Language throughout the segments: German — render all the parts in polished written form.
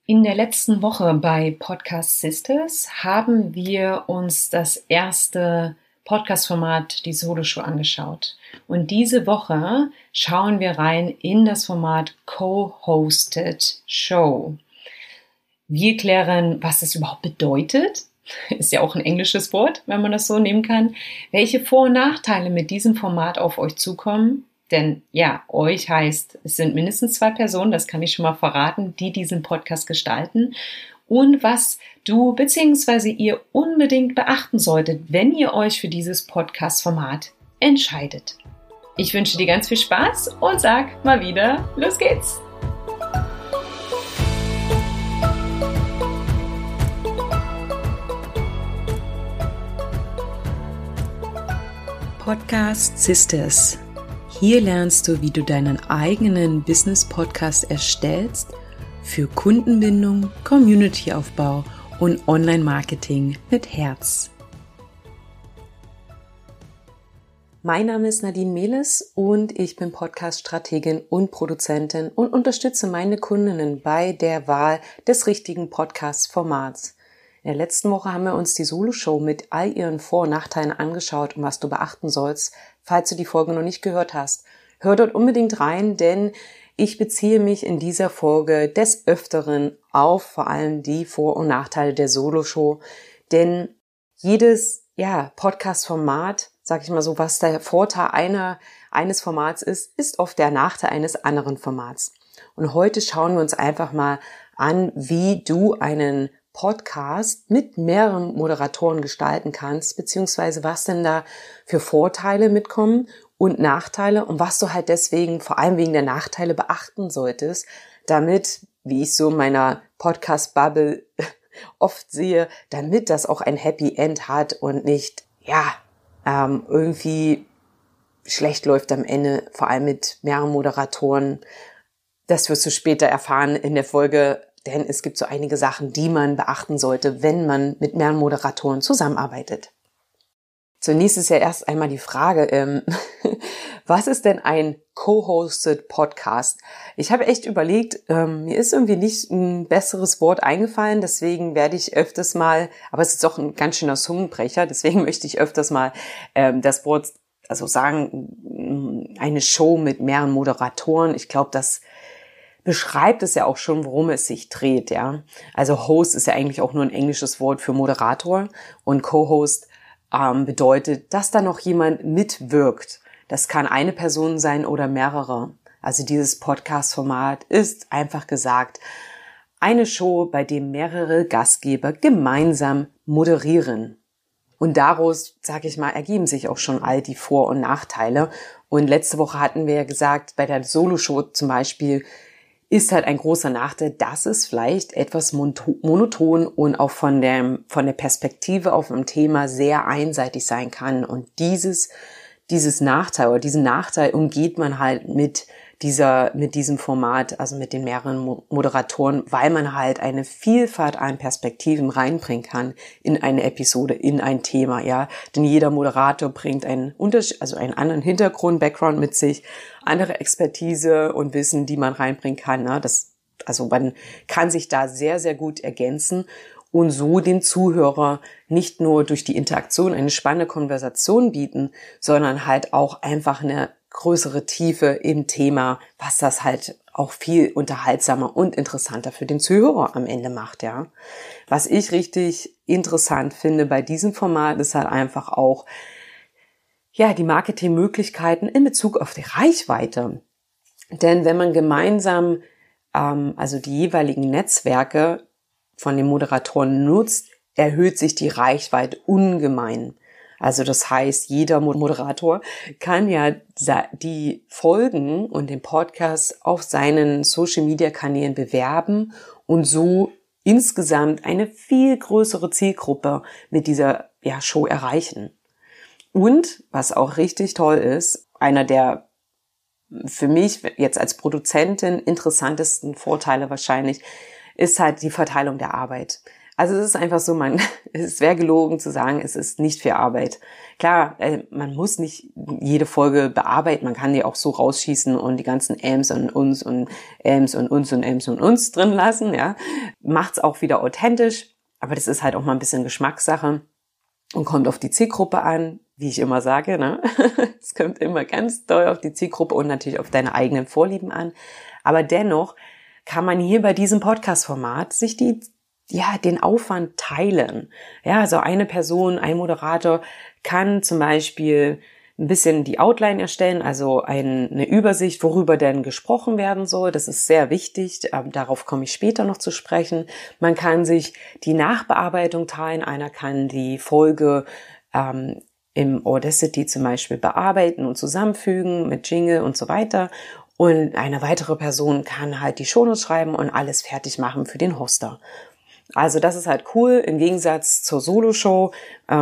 In der letzten Woche bei Podcast Sisters haben wir uns das erste Podcast-Format, die Solo-Show, angeschaut. Und diese Woche schauen wir rein in das Format Co-Hosted Show. Wir klären, was das überhaupt bedeutet. Ist ja auch ein englisches Wort, wenn man das so nehmen kann. Welche Vor- und Nachteile mit diesem Format auf euch zukommen. Denn ja, euch heißt, es sind mindestens 2 Personen, das kann ich schon mal verraten, die diesen Podcast gestalten. Und was du bzw. ihr unbedingt beachten solltet, wenn ihr euch für dieses Podcast-Format entscheidet. Ich wünsche dir ganz viel Spaß und sag mal wieder, los geht's! Podcast Sisters. Hier lernst du, wie du deinen eigenen Business-Podcast erstellst für Kundenbindung, Community-Aufbau und Online-Marketing mit Herz. Mein Name ist Nadine Mehles und ich bin Podcast-Strategin und Produzentin und unterstütze meine Kundinnen bei der Wahl des richtigen Podcast-Formats. In der letzten Woche haben wir uns die Solo-Show mit all ihren Vor- und Nachteilen angeschaut und was du beachten sollst. Falls du die Folge noch nicht gehört hast, hör dort unbedingt rein, denn ich beziehe mich in dieser Folge des Öfteren auf vor allem die Vor- und Nachteile der Solo-Show. Denn jedes Podcast-Format, sag ich mal so, was der Vorteil eines Formats ist oft der Nachteil eines anderen Formats. Und heute schauen wir uns einfach mal an, wie du einen Podcast mit mehreren Moderatoren gestalten kannst, beziehungsweise was denn da für Vorteile mitkommen und Nachteile und was du halt deswegen, vor allem wegen der Nachteile, beachten solltest, damit, wie ich so in meiner Podcast-Bubble oft sehe, damit das auch ein Happy End hat und nicht, irgendwie schlecht läuft am Ende, vor allem mit mehreren Moderatoren. Das wirst du später erfahren in der Folge, denn es gibt so einige Sachen, die man beachten sollte, wenn man mit mehreren Moderatoren zusammenarbeitet. Zunächst ist ja erst einmal die Frage, was ist denn ein Co-Hosted Podcast? Ich habe echt überlegt, mir ist irgendwie nicht ein besseres Wort eingefallen, deswegen werde ich öfters mal, aber es ist doch ein ganz schöner Zungenbrecher, deswegen möchte ich öfters mal das Wort, also sagen, eine Show mit mehreren Moderatoren. Ich glaube, das beschreibt es ja auch schon, worum es sich dreht, ja. Also Host ist ja eigentlich auch nur ein englisches Wort für Moderator und Co-Host bedeutet, dass da noch jemand mitwirkt. Das kann eine Person sein oder mehrere. Also dieses Podcast-Format ist einfach gesagt eine Show, bei dem mehrere Gastgeber gemeinsam moderieren. Und daraus, sage ich mal, ergeben sich auch schon all die Vor- und Nachteile. Und letzte Woche hatten wir ja gesagt, bei der Solo-Show zum Beispiel, ist halt ein großer Nachteil, dass es vielleicht etwas monoton und auch von der Perspektive auf ein Thema sehr einseitig sein kann. Und dieses Nachteil oder diesen Nachteil umgeht man halt mit diesem Format, also mit den mehreren Moderatoren, weil man halt eine Vielfalt an Perspektiven reinbringen kann in eine Episode, in ein Thema, ja. Denn jeder Moderator bringt einen anderen Hintergrund, Background mit sich, andere Expertise und Wissen, die man reinbringen kann, ne? Man kann sich da sehr, sehr gut ergänzen und so den Zuhörer nicht nur durch die Interaktion eine spannende Konversation bieten, sondern halt auch einfach eine größere Tiefe im Thema, was das halt auch viel unterhaltsamer und interessanter für den Zuhörer am Ende macht, ja. Was ich richtig interessant finde bei diesem Format ist halt einfach auch, die Marketingmöglichkeiten in Bezug auf die Reichweite. Denn wenn man gemeinsam, die jeweiligen Netzwerke von den Moderatoren nutzt, erhöht sich die Reichweite ungemein. Also das heißt, jeder Moderator kann ja die Folgen und den Podcast auf seinen Social-Media-Kanälen bewerben und so insgesamt eine viel größere Zielgruppe mit dieser Show erreichen. Und was auch richtig toll ist, einer der für mich jetzt als Produzentin interessantesten Vorteile wahrscheinlich, ist halt die Verteilung der Arbeit. Also es ist einfach so, es wäre gelogen zu sagen, es ist nicht viel Arbeit. Klar, man muss nicht jede Folge bearbeiten, man kann die auch so rausschießen und die ganzen Äms und uns und Äms und uns und Äms und uns drin lassen, ja. macht's auch wieder authentisch, aber das ist halt auch mal ein bisschen Geschmackssache und kommt auf die Zielgruppe an, wie ich immer sage, ne? Es kommt immer ganz doll auf die Zielgruppe und natürlich auf deine eigenen Vorlieben an. Aber dennoch kann man hier bei diesem Podcast-Format sich den Aufwand teilen. Ja, also eine Person, ein Moderator kann zum Beispiel ein bisschen die Outline erstellen, also eine Übersicht, worüber denn gesprochen werden soll. Das ist sehr wichtig, darauf komme ich später noch zu sprechen. Man kann sich die Nachbearbeitung teilen, einer kann die Folge im Audacity zum Beispiel bearbeiten und zusammenfügen mit Jingle und so weiter. Und eine weitere Person kann halt die Shownotes schreiben und alles fertig machen für den Hoster. Also das ist halt cool. Im Gegensatz zur Solo-Show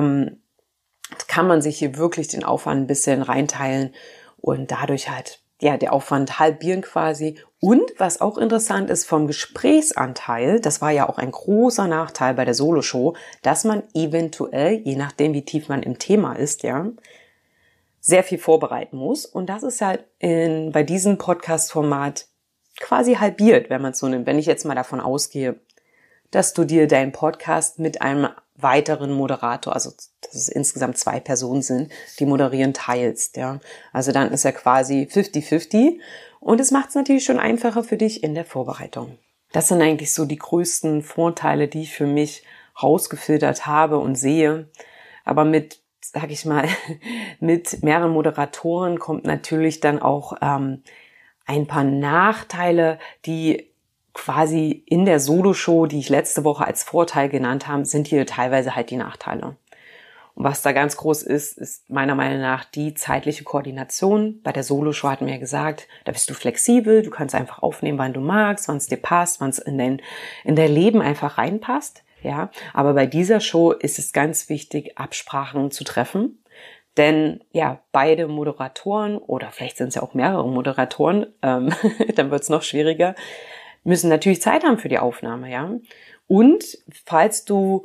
kann man sich hier wirklich den Aufwand ein bisschen reinteilen und dadurch halt der Aufwand halbieren quasi. Und was auch interessant ist vom Gesprächsanteil, das war ja auch ein großer Nachteil bei der Solo-Show, dass man eventuell, je nachdem wie tief man im Thema ist, sehr viel vorbereiten muss. Und das ist halt bei diesem Podcast-Format quasi halbiert, wenn man es so nimmt. Wenn ich jetzt mal davon ausgehe, dass du dir deinen Podcast mit einem weiteren Moderator, also dass es insgesamt 2 Personen sind, die moderieren, teilst. Ja. Also dann ist ja quasi 50-50 und es macht es natürlich schon einfacher für dich in der Vorbereitung. Das sind eigentlich so die größten Vorteile, die ich für mich rausgefiltert habe und sehe. Aber mit mehreren Moderatoren kommt natürlich dann auch ein paar Nachteile, die quasi in der Solo-Show, die ich letzte Woche als Vorteil genannt habe, sind hier teilweise halt die Nachteile. Und was da ganz groß ist meiner Meinung nach die zeitliche Koordination. Bei der Solo-Show hatten wir ja gesagt, da bist du flexibel, du kannst einfach aufnehmen, wann du magst, wann es dir passt, wann es in dein Leben einfach reinpasst. Ja, aber bei dieser Show ist es ganz wichtig, Absprachen zu treffen. Denn beide Moderatoren, oder vielleicht sind es ja auch mehrere Moderatoren, dann wird es noch schwieriger, müssen natürlich Zeit haben für die Aufnahme, ja. Und falls du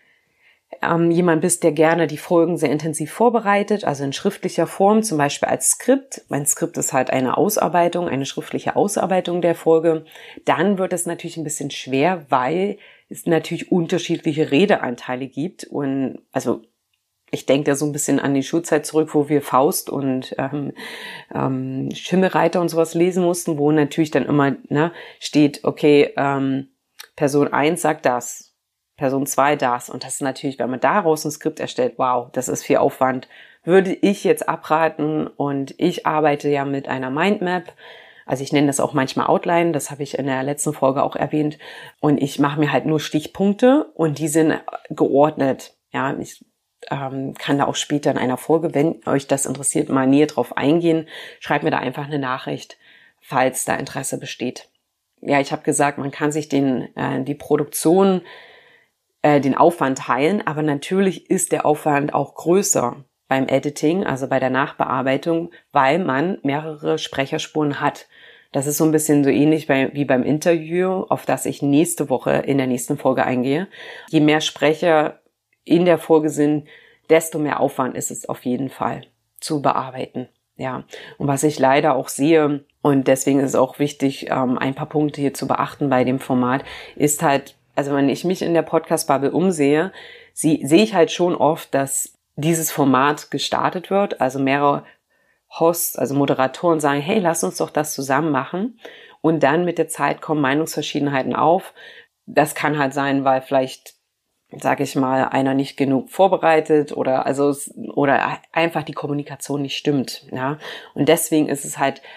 jemand bist, der gerne die Folgen sehr intensiv vorbereitet, also in schriftlicher Form, zum Beispiel als Skript, mein Skript ist halt eine schriftliche Ausarbeitung der Folge, dann wird es natürlich ein bisschen schwer, weil es natürlich unterschiedliche Redeanteile gibt. Und also ich denke da so ein bisschen an die Schulzeit zurück, wo wir Faust und Schimmelreiter und sowas lesen mussten, wo natürlich dann immer steht, okay, Person 1 sagt das, Person 2 das. Und das ist natürlich, wenn man daraus ein Skript erstellt, wow, das ist viel Aufwand, würde ich jetzt abraten. Und ich arbeite ja mit einer Mindmap. Also ich nenne das auch manchmal Outline, das habe ich in der letzten Folge auch erwähnt. Und ich mache mir halt nur Stichpunkte und die sind geordnet. Ja, ich kann da auch später in einer Folge, wenn euch das interessiert, mal näher drauf eingehen. Schreibt mir da einfach eine Nachricht, falls da Interesse besteht. Ja, ich habe gesagt, man kann sich die Produktion, den Aufwand teilen, aber natürlich ist der Aufwand auch größer beim Editing, also bei der Nachbearbeitung, weil man mehrere Sprecherspuren hat. Das ist so ein bisschen so ähnlich wie beim Interview, auf das ich nächste Woche in der nächsten Folge eingehe. Je mehr Sprecher in der Folge sind, desto mehr Aufwand ist es auf jeden Fall zu bearbeiten. Ja, und was ich leider auch sehe, und deswegen ist es auch wichtig, ein paar Punkte hier zu beachten bei dem Format, ist halt, also wenn ich mich in der Podcast-Bubble umsehe, sehe ich halt schon oft, dass dieses Format gestartet wird, also mehrere Hosts, also Moderatoren sagen, hey, lass uns doch das zusammen machen. Und dann mit der Zeit kommen Meinungsverschiedenheiten auf. Das kann halt sein, weil vielleicht, sage ich mal, einer nicht genug vorbereitet oder einfach die Kommunikation nicht stimmt. Ja? Und deswegen ist es halt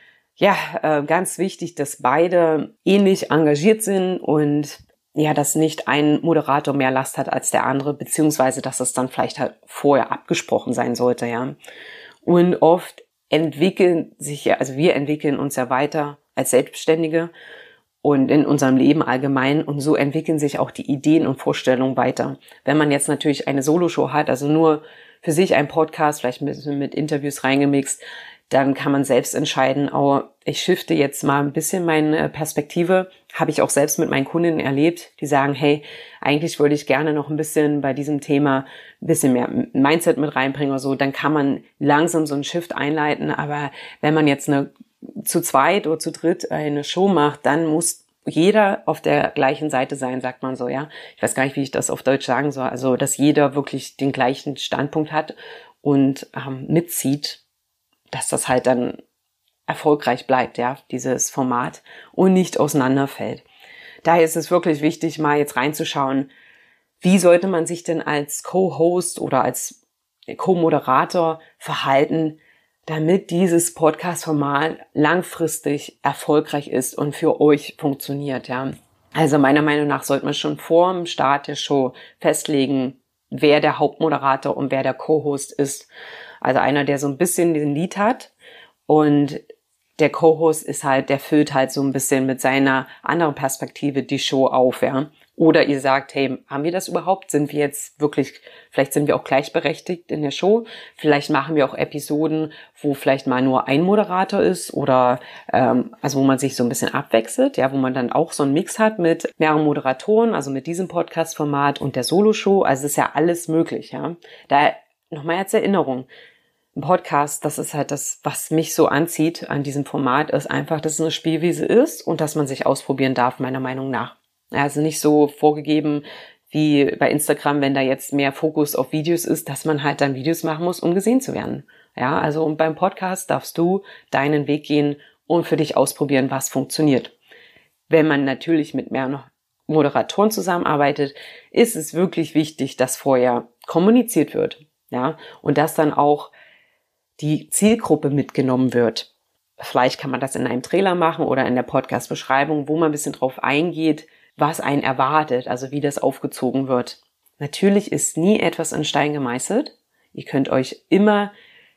ganz wichtig, dass beide ähnlich engagiert sind und dass nicht ein Moderator mehr Last hat als der andere, beziehungsweise dass es dann vielleicht halt vorher abgesprochen sein sollte, ja. Und oft wir entwickeln uns ja weiter als Selbstständige und in unserem Leben allgemein und so entwickeln sich auch die Ideen und Vorstellungen weiter. Wenn man jetzt natürlich eine Soloshow hat, also nur für sich ein Podcast, vielleicht mit Interviews reingemixt, dann kann man selbst entscheiden, ich shifte jetzt mal ein bisschen meine Perspektive. Habe ich auch selbst mit meinen Kundinnen erlebt, die sagen, hey, eigentlich würde ich gerne noch ein bisschen bei diesem Thema ein bisschen mehr Mindset mit reinbringen oder so. Dann kann man langsam so einen Shift einleiten. Aber wenn man jetzt zu zweit oder zu dritt eine Show macht, dann muss jeder auf der gleichen Seite sein, sagt man so, ja. Ich weiß gar nicht, wie ich das auf Deutsch sagen soll. Also, dass jeder wirklich den gleichen Standpunkt hat und mitzieht, dass das halt dann erfolgreich bleibt, ja, dieses Format und nicht auseinanderfällt. Daher ist es wirklich wichtig, mal jetzt reinzuschauen, wie sollte man sich denn als Co-Host oder als Co-Moderator verhalten, damit dieses Podcast-Format langfristig erfolgreich ist und für euch funktioniert, ja. Also meiner Meinung nach sollte man schon vor dem Start der Show festlegen, wer der Hauptmoderator und wer der Co-Host ist. Also einer, der so ein bisschen den Lead hat und der Co-Host ist halt, der füllt halt so ein bisschen mit seiner anderen Perspektive die Show auf, ja. Oder ihr sagt, hey, haben wir das überhaupt? Sind wir jetzt wirklich, vielleicht sind wir auch gleichberechtigt in der Show. Vielleicht machen wir auch Episoden, wo vielleicht mal nur ein Moderator ist oder also wo man sich so ein bisschen abwechselt, ja, wo man dann auch so einen Mix hat mit mehreren Moderatoren, also mit diesem Podcast-Format und der Solo-Show. Also es ist ja alles möglich, ja. Da nochmal als Erinnerung. Ein Podcast, das ist halt das, was mich so anzieht an diesem Format, ist einfach, dass es eine Spielwiese ist und dass man sich ausprobieren darf, meiner Meinung nach. Also nicht so vorgegeben wie bei Instagram, wenn da jetzt mehr Fokus auf Videos ist, dass man halt dann Videos machen muss, um gesehen zu werden. Ja, also und beim Podcast darfst du deinen Weg gehen und für dich ausprobieren, was funktioniert. Wenn man natürlich mit mehr Moderatoren zusammenarbeitet, ist es wirklich wichtig, dass vorher kommuniziert wird. Ja, und dass dann auch die Zielgruppe mitgenommen wird. Vielleicht kann man das in einem Trailer machen oder in der Podcast-Beschreibung, wo man ein bisschen drauf eingeht, was einen erwartet, also wie das aufgezogen wird. Natürlich ist nie etwas in Stein gemeißelt. Ihr könnt euch immer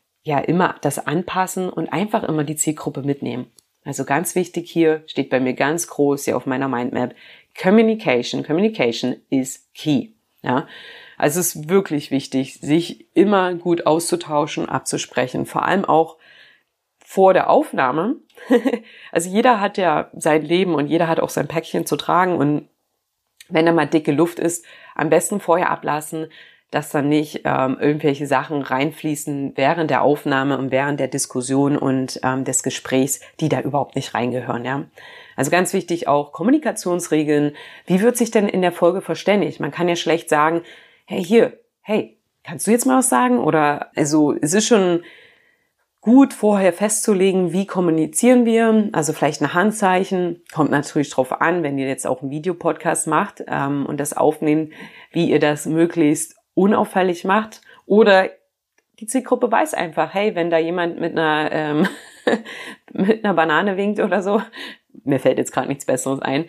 das anpassen und einfach immer die Zielgruppe mitnehmen. Also ganz wichtig hier, steht bei mir ganz groß hier auf meiner Mindmap, Communication. Communication is key. Ja, also es ist wirklich wichtig, sich immer gut auszutauschen, abzusprechen, vor allem auch vor der Aufnahme. Also jeder hat ja sein Leben und jeder hat auch sein Päckchen zu tragen und wenn da mal dicke Luft ist, am besten vorher ablassen, dass dann nicht irgendwelche Sachen reinfließen während der Aufnahme und während der Diskussion und des Gesprächs, die da überhaupt nicht reingehören. Ja. Also ganz wichtig auch Kommunikationsregeln. Wie wird sich denn in der Folge verständigt? Man kann ja schlecht sagen, hey, kannst du jetzt mal was sagen? Oder also es ist schon gut vorher festzulegen, wie kommunizieren wir, also vielleicht ein Handzeichen, kommt natürlich drauf an, wenn ihr jetzt auch einen Videopodcast macht und das aufnehmt, wie ihr das möglichst unauffällig macht oder die Zielgruppe weiß einfach, hey, wenn da jemand mit einer mit einer Banane winkt oder so, mir fällt jetzt gerade nichts Besseres ein,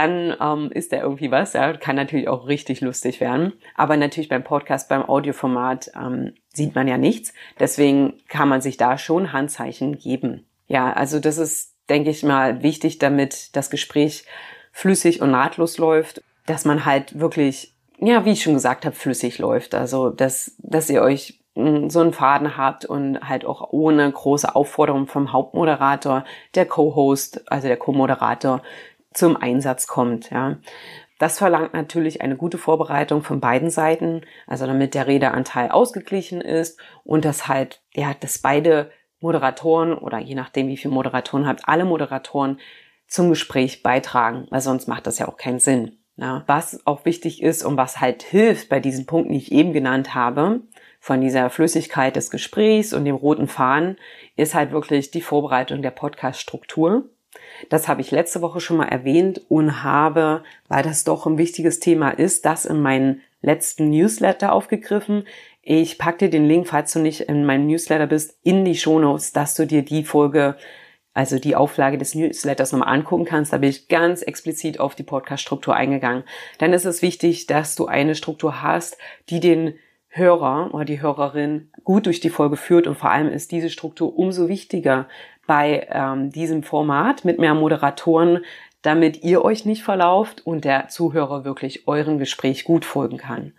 dann ist da irgendwie was, ja, kann natürlich auch richtig lustig werden, aber natürlich beim Podcast, beim Audioformat sieht man ja nichts, deswegen kann man sich da schon Handzeichen geben. Ja, also das ist, denke ich mal, wichtig, damit das Gespräch flüssig und nahtlos läuft, dass man halt wirklich, ja, wie ich schon gesagt habe, flüssig läuft, also dass ihr euch so einen Faden habt und halt auch ohne große Aufforderung vom Hauptmoderator, der Co-Host, also der Co-Moderator, zum Einsatz kommt, ja. Das verlangt natürlich eine gute Vorbereitung von beiden Seiten, also damit der Redeanteil ausgeglichen ist und dass halt, ja, dass beide Moderatoren oder je nachdem, wie viele Moderatoren habt, alle Moderatoren zum Gespräch beitragen, weil sonst macht das ja auch keinen Sinn. Ja. Was auch wichtig ist und was halt hilft bei diesen Punkten, die ich eben genannt habe, von dieser Flüssigkeit des Gesprächs und dem roten Faden, ist halt wirklich die Vorbereitung der Podcast-Struktur. Das habe ich letzte Woche schon mal erwähnt und habe, weil das doch ein wichtiges Thema ist, das in meinen letzten Newsletter aufgegriffen. Ich packe dir den Link, falls du nicht in meinem Newsletter bist, in die Shownotes, dass du dir die Folge, also die Auflage des Newsletters nochmal angucken kannst. Da bin ich ganz explizit auf die Podcast-Struktur eingegangen. Dann ist es wichtig, dass du eine Struktur hast, die den Hörer oder die Hörerin gut durch die Folge führt und vor allem ist diese Struktur umso wichtiger bei diesem Format mit mehr Moderatoren, damit ihr euch nicht verlauft und der Zuhörer wirklich eurem Gespräch gut folgen kann.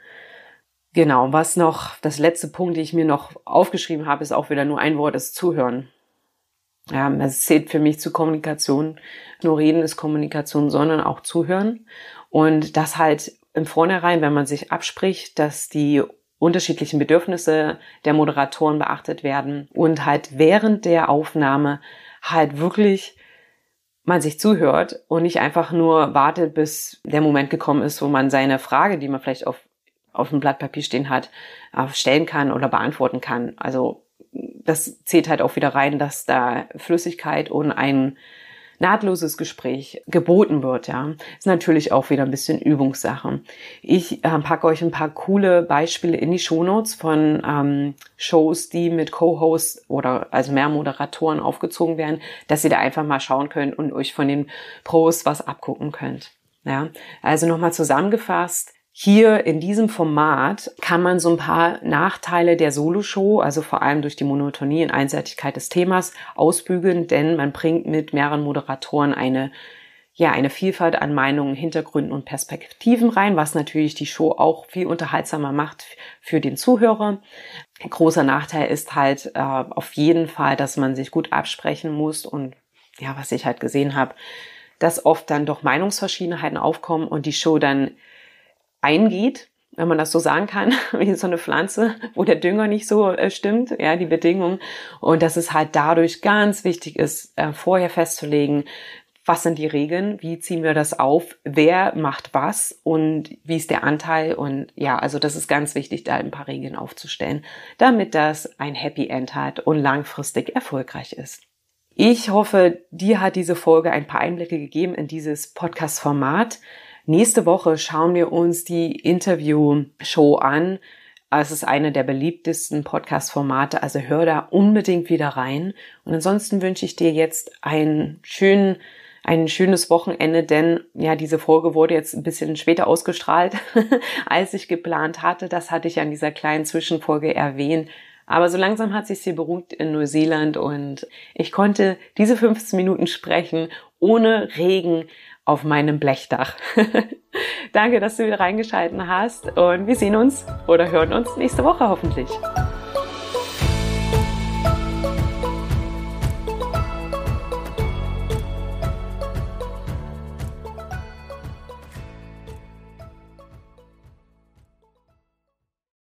Genau, was noch, das letzte Punkt, den ich mir noch aufgeschrieben habe, ist auch wieder nur ein Wort, ist Zuhören. Ja, es zählt für mich zu Kommunikation. Nur reden ist Kommunikation, sondern auch Zuhören. Und das halt im Vornherein, wenn man sich abspricht, dass die unterschiedlichen Bedürfnisse der Moderatoren beachtet werden und halt während der Aufnahme halt wirklich man sich zuhört und nicht einfach nur wartet, bis der Moment gekommen ist, wo man seine Frage, die man vielleicht auf dem Blatt Papier stehen hat, stellen kann oder beantworten kann. Also das zählt halt auch wieder rein, dass da Flüssigkeit und ein nahtloses Gespräch geboten wird, ja. Ist natürlich auch wieder ein bisschen Übungssache. Ich packe euch ein paar coole Beispiele in die Shownotes von Shows, die mit Co-Hosts oder also mehr Moderatoren aufgezogen werden, dass ihr da einfach mal schauen könnt und euch von den Pros was abgucken könnt. Ja. Also nochmal zusammengefasst. Hier in diesem Format kann man so ein paar Nachteile der Soloshow, also vor allem durch die Monotonie und Einseitigkeit des Themas, ausbügeln, denn man bringt mit mehreren Moderatoren eine Vielfalt an Meinungen, Hintergründen und Perspektiven rein, was natürlich die Show auch viel unterhaltsamer macht für den Zuhörer. Ein großer Nachteil ist halt auf jeden Fall, dass man sich gut absprechen muss und ja, was ich halt gesehen habe, dass oft dann doch Meinungsverschiedenheiten aufkommen und die Show dann eingeht, wenn man das so sagen kann, wie so eine Pflanze, wo der Dünger nicht so stimmt, ja, die Bedingungen. Und dass es halt dadurch ganz wichtig ist, vorher festzulegen, was sind die Regeln, wie ziehen wir das auf, wer macht was und wie ist der Anteil. Und ja, also das ist ganz wichtig, da ein paar Regeln aufzustellen, damit das ein Happy End hat und langfristig erfolgreich ist. Ich hoffe, dir hat diese Folge ein paar Einblicke gegeben in dieses Podcast-Format. Nächste Woche schauen wir uns die Interview-Show an. Es ist eine der beliebtesten Podcast-Formate, also hör da unbedingt wieder rein. Und ansonsten wünsche ich dir jetzt ein schönes Wochenende, denn ja, diese Folge wurde jetzt ein bisschen später ausgestrahlt, als ich geplant hatte. Das hatte ich an dieser kleinen Zwischenfolge erwähnt. Aber so langsam hat sich hier beruhigt in Neuseeland und ich konnte diese 15 Minuten sprechen ohne Regen auf meinem Blechdach. Danke, dass du wieder reingeschaltet hast und wir sehen uns oder hören uns nächste Woche hoffentlich.